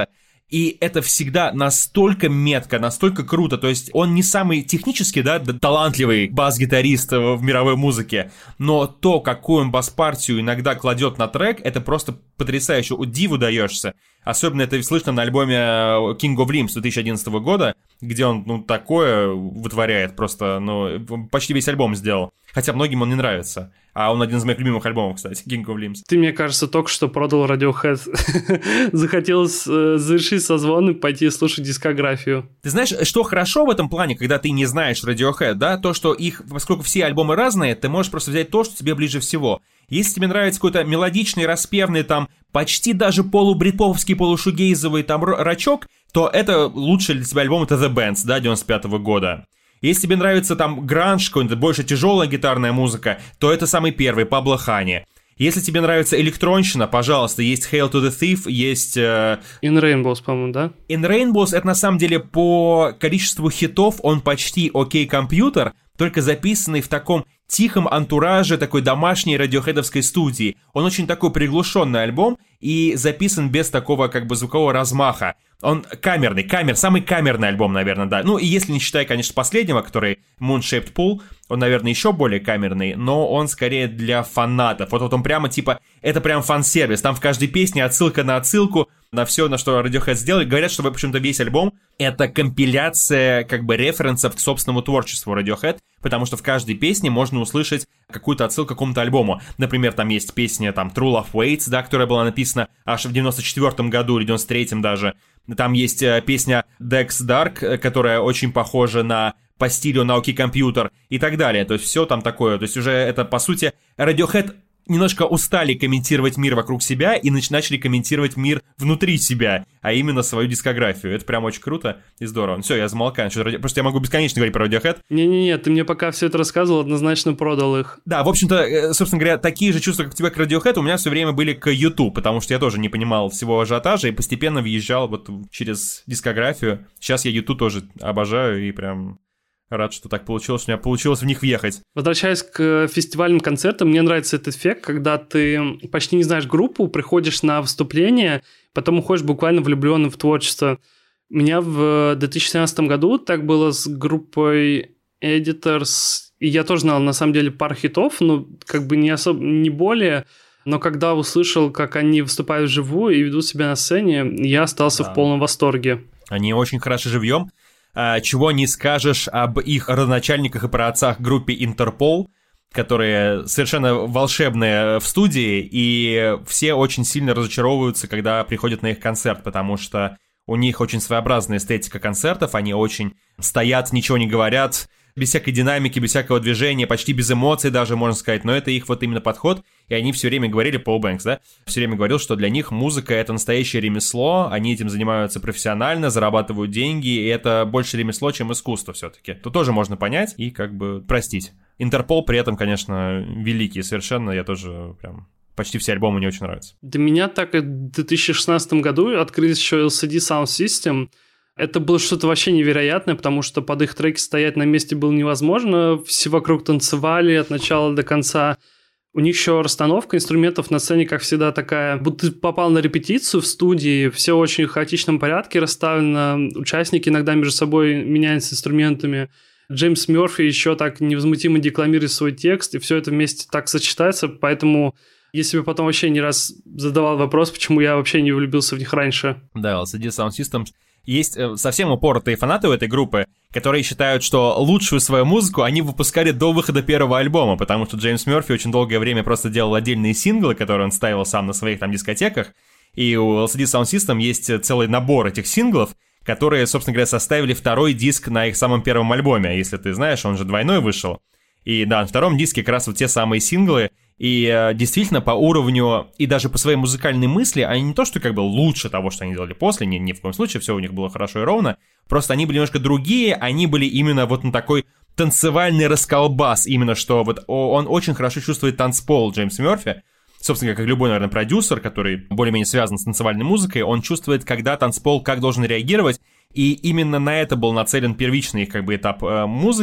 B: И это всегда настолько метко, настолько круто. То есть он не самый технически, да, талантливый бас-гитарист в мировой музыке, но то, какую он бас-партию иногда кладет на трек, это просто потрясающе. У диву даешься. Особенно это слышно на альбоме King of Limbs две тысячи одиннадцатого года, где он, ну, такое вытворяет просто, ну, почти весь альбом сделал. Хотя многим он не нравится. А он один из моих любимых альбомов, кстати, King of Limbs.
A: Ты, мне кажется, только что продал Radiohead. Захотелось э, завершить созвон и пойти слушать дискографию.
B: Ты знаешь, что хорошо в этом плане, когда ты не знаешь Radiohead, да, то, что их, поскольку все альбомы разные, ты можешь просто взять то, что тебе ближе всего. Если тебе нравится какой-то мелодичный, распевный, там, почти даже полубритповский, полушугейзовый там рачок, то это лучший для тебя альбом, это The Bands, да, девяносто пятого года. Если тебе нравится там гранж, какой-то больше тяжелая гитарная музыка, то это самый первый, Пабло Хани. Если тебе нравится электронщина, пожалуйста, есть Hail to the Thief, есть... Э...
A: In Rainbows, по-моему, да?
B: In Rainbows, это на самом деле по количеству хитов он почти окей компьютер, только записанный в таком тихом антураже такой домашней радиохедовской студии. Он очень такой приглушенный альбом и записан без такого как бы звукового размаха. Он камерный, камер, самый камерный альбом, наверное, да. Ну, и если не считая, конечно, последнего, который Moon Shaped Pool, он, наверное, еще более камерный, но он скорее для фанатов. Вот, вот он прямо типа, это прям фан-сервис. Там в каждой песне отсылка на отсылку, на все, на что Radiohead сделали. Говорят, что, в общем-то, весь альбом — это компиляция, как бы, референсов к собственному творчеству Radiohead, потому что в каждой песне можно услышать какую-то отсылку к какому-то альбому. Например, там есть песня, там, True Love Waits, да, которая была написана аж в девяносто четвёртом году или девяносто третьем даже. Там есть песня Dex Dark, которая очень похожа на по стилю на OK Computer и так далее. То есть все там такое. То есть уже это, по сути, Radiohead немножко устали комментировать мир вокруг себя и начали комментировать мир внутри себя, а именно свою дискографию. Это прям очень круто и здорово. Ну все, я замолкаю. Просто я могу бесконечно говорить про Radiohead.
A: Не-не-не, ты мне пока все это рассказывал, однозначно продал их.
B: Да, в общем-то, собственно говоря, такие же чувства, как у тебя к Radiohead, у меня все время были к ю ту, потому что я тоже не понимал всего ажиотажа и постепенно въезжал вот через дискографию. Сейчас я ю ту тоже обожаю и прям... Рад, что так получилось, что у меня получилось в них въехать.
A: Возвращаясь к фестивальным концертам, мне нравится этот эффект, когда ты почти не знаешь группу, приходишь на выступление, потом уходишь буквально влюбленным в творчество. У меня в две тысячи семнадцатом году так было с группой Editors, и я тоже знал, на самом деле, пару хитов, но как бы не особо, не более... Но когда услышал, как они выступают вживую и ведут себя на сцене, я остался да. в полном восторге.
B: Они очень хороши живьем. Чего не скажешь об их родоначальниках и праотцах группе Интерпол, которые совершенно волшебные в студии, и все очень сильно разочаровываются, когда приходят на их концерт, потому что у них очень своеобразная эстетика концертов, они очень стоят, ничего не говорят, без всякой динамики, без всякого движения, почти без эмоций даже, можно сказать, но это их вот именно подход, и они все время говорили, Пол Бэнкс, да, все время говорил, что для них музыка — это настоящее ремесло, они этим занимаются профессионально, зарабатывают деньги, и это больше ремесло, чем искусство все-таки. Тут тоже можно понять и как бы простить. Интерпол при этом, конечно, великий совершенно, я тоже прям... Почти все альбомы мне очень нравятся.
A: Для меня так и в две тысячи шестнадцатом году открылись еще эл си ди Sound System. Это было что-то вообще невероятное, потому что под их треки стоять на месте было невозможно. Все вокруг танцевали от начала до конца. У них еще расстановка инструментов на сцене, как всегда, такая, будто ты попал на репетицию в студии, все в очень хаотичном порядке расставлено, участники иногда между собой меняются инструментами. Джеймс Мёрфи еще так невозмутимо декламирует свой текст, и все это вместе так сочетается, поэтому... Я себе потом вообще не раз задавал вопрос, почему я вообще не влюбился в них раньше.
B: Да, эл си ди Sound System. Есть совсем упоротые фанаты у этой группы, которые считают, что лучшую свою музыку они выпускали до выхода первого альбома, потому что Джеймс Мёрфи очень долгое время просто делал отдельные синглы, которые он ставил сам на своих там дискотеках, и у эл си ди Sound System есть целый набор этих синглов, которые, собственно говоря, составили второй диск на их самом первом альбоме. Если ты знаешь, он же двойной вышел. И да, на втором диске как раз вот те самые синглы. И э, действительно, по уровню и даже по своей музыкальной мысли, они не то, что как бы лучше того, что они делали после, ни, ни в коем случае, все у них было хорошо и ровно, просто они были немножко другие, они были именно вот на такой танцевальный расколбас, именно что вот он очень хорошо чувствует танцпол, Джеймс Мёрфи. Собственно, как любой, наверное, продюсер, который более-менее связан с танцевальной музыкой, он чувствует, когда танцпол, как должен реагировать, и именно на это был нацелен первичный их как бы этап э, музыки,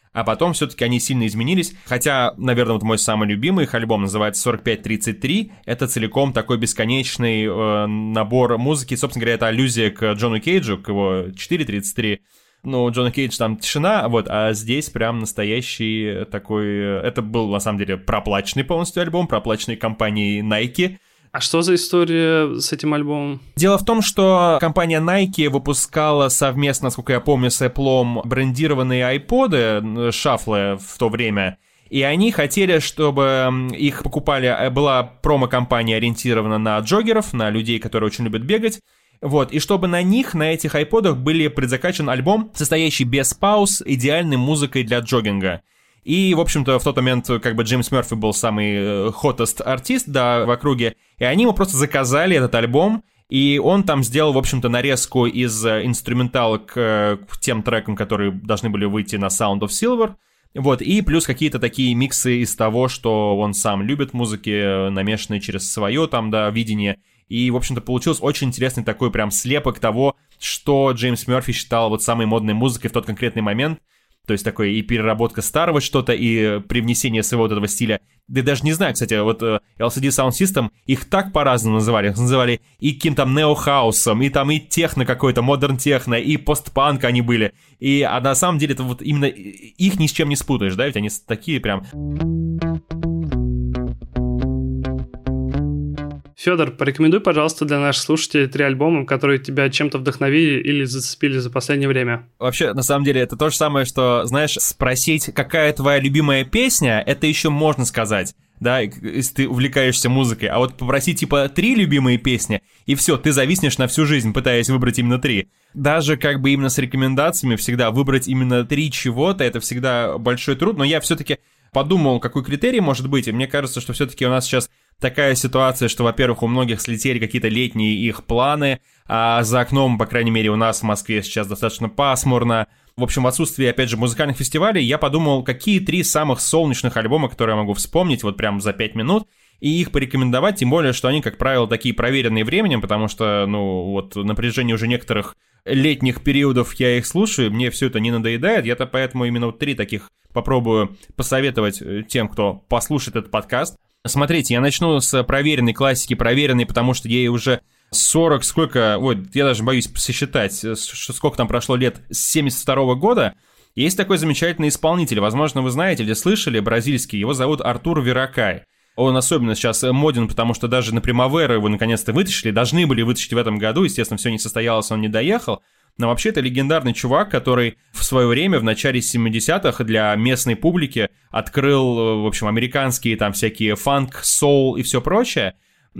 B: а потом все-таки они сильно изменились, хотя, наверное, вот мой самый любимый их альбом называется сорок пять тридцать три, это целиком такой бесконечный э, набор музыки, собственно говоря, это аллюзия к Джону Кейджу, к его четыре тридцать три, ну, у Джона Кейджа там тишина, вот, а здесь прям настоящий такой, это был, на самом деле, проплаченный полностью альбом, проплаченный компанией Nike.
A: А что за история с этим альбомом?
B: Дело в том, что компания Nike выпускала совместно, насколько я помню, с Apple брендированные айподы, шафлы в то время, и они хотели, чтобы их покупали, была промо-компания ориентирована на джоггеров, на людей, которые очень любят бегать, вот, и чтобы на них, на этих айподах были предзакачан альбом, состоящий без пауз, идеальной музыкой для джогинга. И, в общем-то, в тот момент, как бы, Джеймс Мерфи был самый hottest артист, да, в округе, и они ему просто заказали этот альбом, и он там сделал, в общем-то, нарезку из инструменталок к тем трекам, которые должны были выйти на Sound of Silver, вот, и плюс какие-то такие миксы из того, что он сам любит музыки, намешанные через свое там, да, видение, и, в общем-то, получился очень интересный такой прям слепок того, что Джеймс Мерфи считал вот самой модной музыкой в тот конкретный момент. То есть такой и переработка старого что-то, и привнесение своего вот этого стиля. Да даже не знаю, кстати, вот эл си ди Sound System, их так по-разному называли. Их называли и каким-то нео-хаусом, и там и техно какой-то, модерн-техно, и постпанк они были. И а на самом деле это вот именно их ни с чем не спутаешь, да, ведь они такие прям...
A: Федор, порекомендуй, пожалуйста, для наших слушателей три альбома, которые тебя чем-то вдохновили или зацепили за последнее время.
B: Вообще, на самом деле, это то же самое, что, знаешь, спросить, какая твоя любимая песня, это еще можно сказать, да, если ты увлекаешься музыкой. А вот попросить, типа, три любимые песни, и все, ты зависнешь на всю жизнь, пытаясь выбрать именно три. Даже как бы именно с рекомендациями всегда выбрать именно три чего-то, это всегда большой труд, но я все-таки подумал, какой критерий может быть, и мне кажется, что все-таки у нас сейчас такая ситуация, что, во-первых, у многих слетели какие-то летние их планы, а за окном, по крайней мере, у нас в Москве сейчас достаточно пасмурно. В общем, в отсутствии, опять же, музыкальных фестивалей, я подумал, какие три самых солнечных альбома, которые я могу вспомнить вот прям за пять минут, и их порекомендовать, тем более, что они, как правило, такие проверенные временем, потому что, ну, вот на протяжении уже некоторых летних периодов я их слушаю, мне все это не надоедает, я-то поэтому именно вот три таких попробую посоветовать тем, кто послушает этот подкаст. Смотрите, я начну с проверенной классики, проверенной, потому что ей уже сорок, сколько, ой, я даже боюсь сосчитать, сколько там прошло лет, с семьдесят второго года. Есть такой замечательный исполнитель, возможно, вы знаете или слышали, бразильский, его зовут Артур Веракай. Он особенно сейчас моден, потому что даже на Примаверу его наконец-то вытащили, должны были вытащить в этом году, естественно, все не состоялось, он не доехал. Но вообще это легендарный чувак, который в свое время, в начале семидесятых, для местной публики открыл, в общем, американские там всякие фанк, соул и все прочее.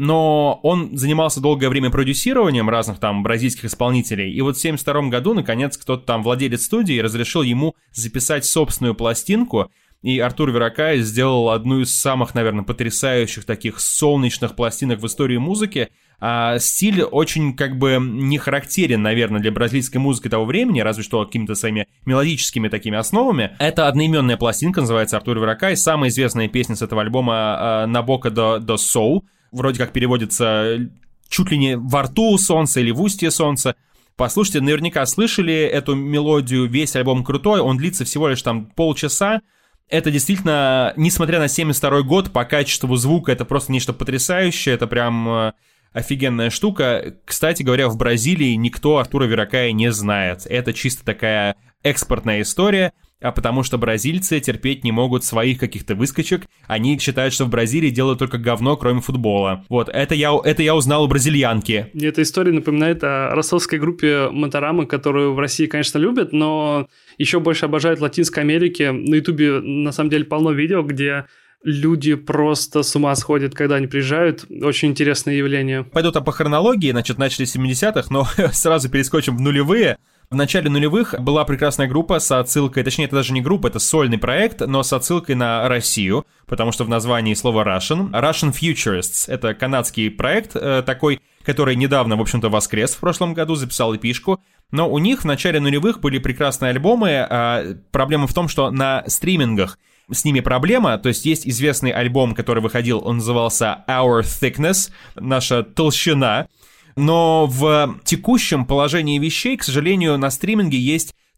B: Но он занимался долгое время продюсированием разных там бразильских исполнителей. И вот в семьдесят втором году, наконец, кто-то там, владелец студии, разрешил ему записать собственную пластинку. И Артур Веракай сделал одну из самых, наверное, потрясающих таких солнечных пластинок в истории музыки. А стиль очень, как бы, не характерен, наверное, для бразильской музыки того времени, разве что какими-то своими мелодическими такими основами. Это одноименная пластинка, называется Артур Веракай. Самая известная песня с этого альбома «Набока до, до Соу». Вроде как переводится чуть ли не «во рту солнца» или «в устье солнца». Послушайте, наверняка слышали эту мелодию, весь альбом крутой, он длится всего лишь там полчаса. Это действительно, несмотря на семьдесят второй год, по качеству звука это просто нечто потрясающее, это прям офигенная штука. Кстати говоря, в Бразилии никто Артура Веракая не знает. Это чисто такая экспортная история, а потому что бразильцы терпеть не могут своих каких-то выскочек. Они считают, что в Бразилии делают только говно, кроме футбола. Вот, это я, это я узнал у бразильянки.
A: Мне эта история напоминает о ростовской группе Моторама, которую в России, конечно, любят, но еще больше обожают в Латинской Америке. На Ютубе, на самом деле, полно видео, где люди просто с ума сходят, когда они приезжают. Очень интересное явление.
B: Пойду там по хронологии, значит, начали с семидесятых, но сразу перескочим в нулевые. В начале нулевых была прекрасная группа с отсылкой, точнее, это даже не группа, это сольный проект, но с отсылкой на Россию, потому что в названии слово Russian. Russian Futurists — это канадский проект э, такой, который недавно, в общем-то, воскрес в прошлом году, записал эпишку. Но у них в начале нулевых были прекрасные альбомы. А проблема в том, что на стримингах с ними проблема, то есть есть известный альбом, который выходил, он назывался Our Thickness, наша толщина. Но в текущем положении вещей, к сожалению, на стриминге есть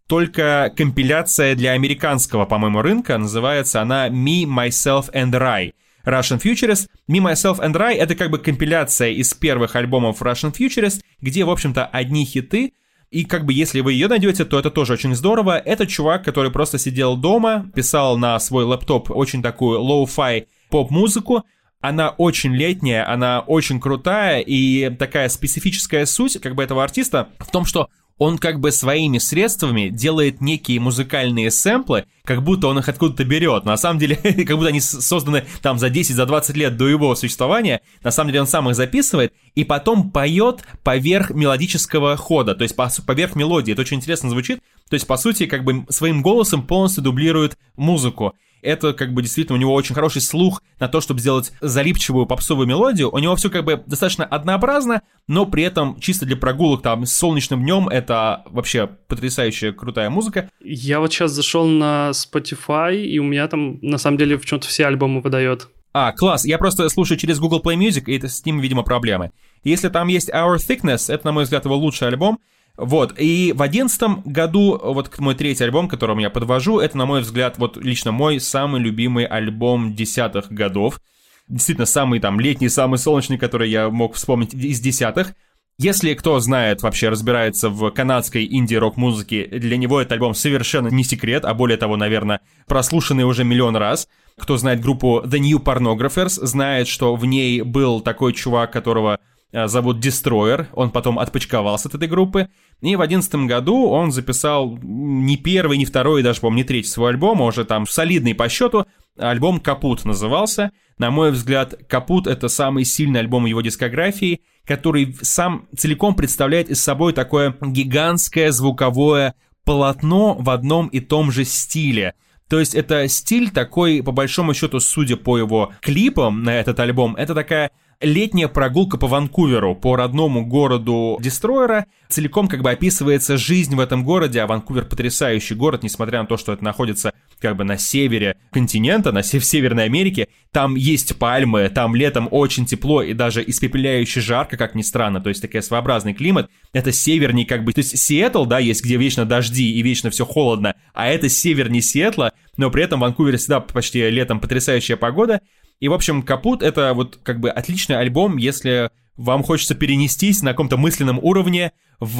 B: только компиляция для американского, по-моему, рынка. Называется она Me, Myself and I. Russian Futurist. Me, Myself and I — это как бы компиляция из первых альбомов Russian Futurist, где, в общем-то, одни хиты. И как бы если вы ее найдете, то это тоже очень здорово. Это чувак, который просто сидел дома, писал на свой лэптоп очень такую лоу-фай поп-музыку. Она очень летняя, она очень крутая, и такая специфическая суть как бы этого артиста в том, что он как бы своими средствами делает некие музыкальные сэмплы, как будто он их откуда-то берет. На самом деле, как будто они созданы там за десять, за двадцать лет до его существования. На самом деле он сам их записывает и потом поет поверх мелодического хода, то есть поверх мелодии. Это очень интересно звучит. То есть, по сути, как бы своим голосом полностью дублирует музыку. Это как бы действительно у него очень хороший слух на то, чтобы сделать залипчивую попсовую мелодию. У него все как бы достаточно однообразно, но при этом чисто для прогулок там с солнечным днем это вообще потрясающая крутая музыка.
A: Я вот сейчас зашел на Spotify, и у меня там на самом деле в чем-то все альбомы выдает.
B: А, класс, я просто слушаю через Google Play Music, и это с ним, видимо, проблемы. Если там есть Our Thickness, это, на мой взгляд, его лучший альбом. Вот, и в одиннадцатом году, вот мой третий альбом, к которому я подвожу, это, на мой взгляд, вот лично мой самый любимый альбом десятых годов. Действительно, самый там летний, самый солнечный, который я мог вспомнить из десятых. Если кто знает, вообще разбирается в канадской инди-рок-музыке, для него этот альбом совершенно не секрет, а более того, наверное, прослушанный уже миллион раз. Кто знает группу The New Pornographers, знает, что в ней был такой чувак, которого зовут Destroyer, он потом отпочковался от этой группы, и в одиннадцатом году он записал не первый, не второй, и даже, по-моему, не третий свой альбом, а уже там солидный по счету, альбом «Капут» назывался. На мой взгляд, «Капут» — это самый сильный альбом его дискографии, который сам целиком представляет из собой такое гигантское звуковое полотно в одном и том же стиле. То есть это стиль такой, по большому счету, судя по его клипам на этот альбом, это такая летняя прогулка по Ванкуверу, по родному городу Дестройера. Целиком как бы описывается жизнь в этом городе, а Ванкувер потрясающий город, несмотря на то, что это находится как бы на севере континента, на в Северной Америке. Там есть пальмы, там летом очень тепло и даже испепеляюще жарко, как ни странно, то есть такой своеобразный климат. Это северней как бы, то есть Сиэтл, да, есть, где вечно дожди и вечно все холодно, а это северней Сиэтла, но при этом в Ванкувере всегда почти летом потрясающая погода. И, в общем, «Капут» — это вот как бы отличный альбом, если вам хочется перенестись на каком-то мысленном уровне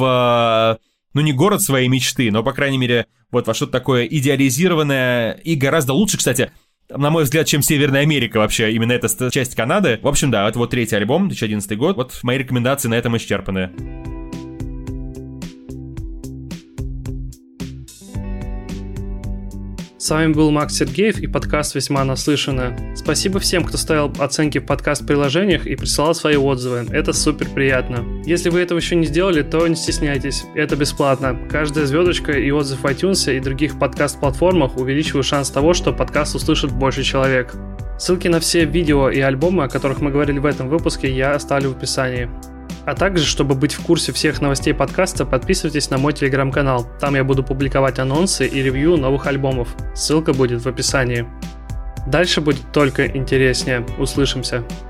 B: в, ну, не город своей мечты, но, по крайней мере, вот во что-то такое идеализированное и гораздо лучше, кстати, на мой взгляд, чем Северная Америка вообще, именно эта часть Канады. В общем, да, это вот третий альбом, две тысячи одиннадцатый год. Вот мои рекомендации на этом исчерпаны.
A: С вами был Макс Сергеев и подкаст «Весьма наслышано». Спасибо всем, кто ставил оценки в подкаст-приложениях и присылал свои отзывы. Это супер приятно. Если вы этого еще не сделали, то не стесняйтесь. Это бесплатно. Каждая звездочка и отзыв в iTunes и других подкаст-платформах увеличивают шанс того, что подкаст услышит больше человек. Ссылки на все видео и альбомы, о которых мы говорили в этом выпуске, я оставлю в описании. А также, чтобы быть в курсе всех новостей подкаста, подписывайтесь на мой телеграм-канал. Там я буду публиковать анонсы и ревью новых альбомов. Ссылка будет в описании. Дальше будет только интереснее. Услышимся.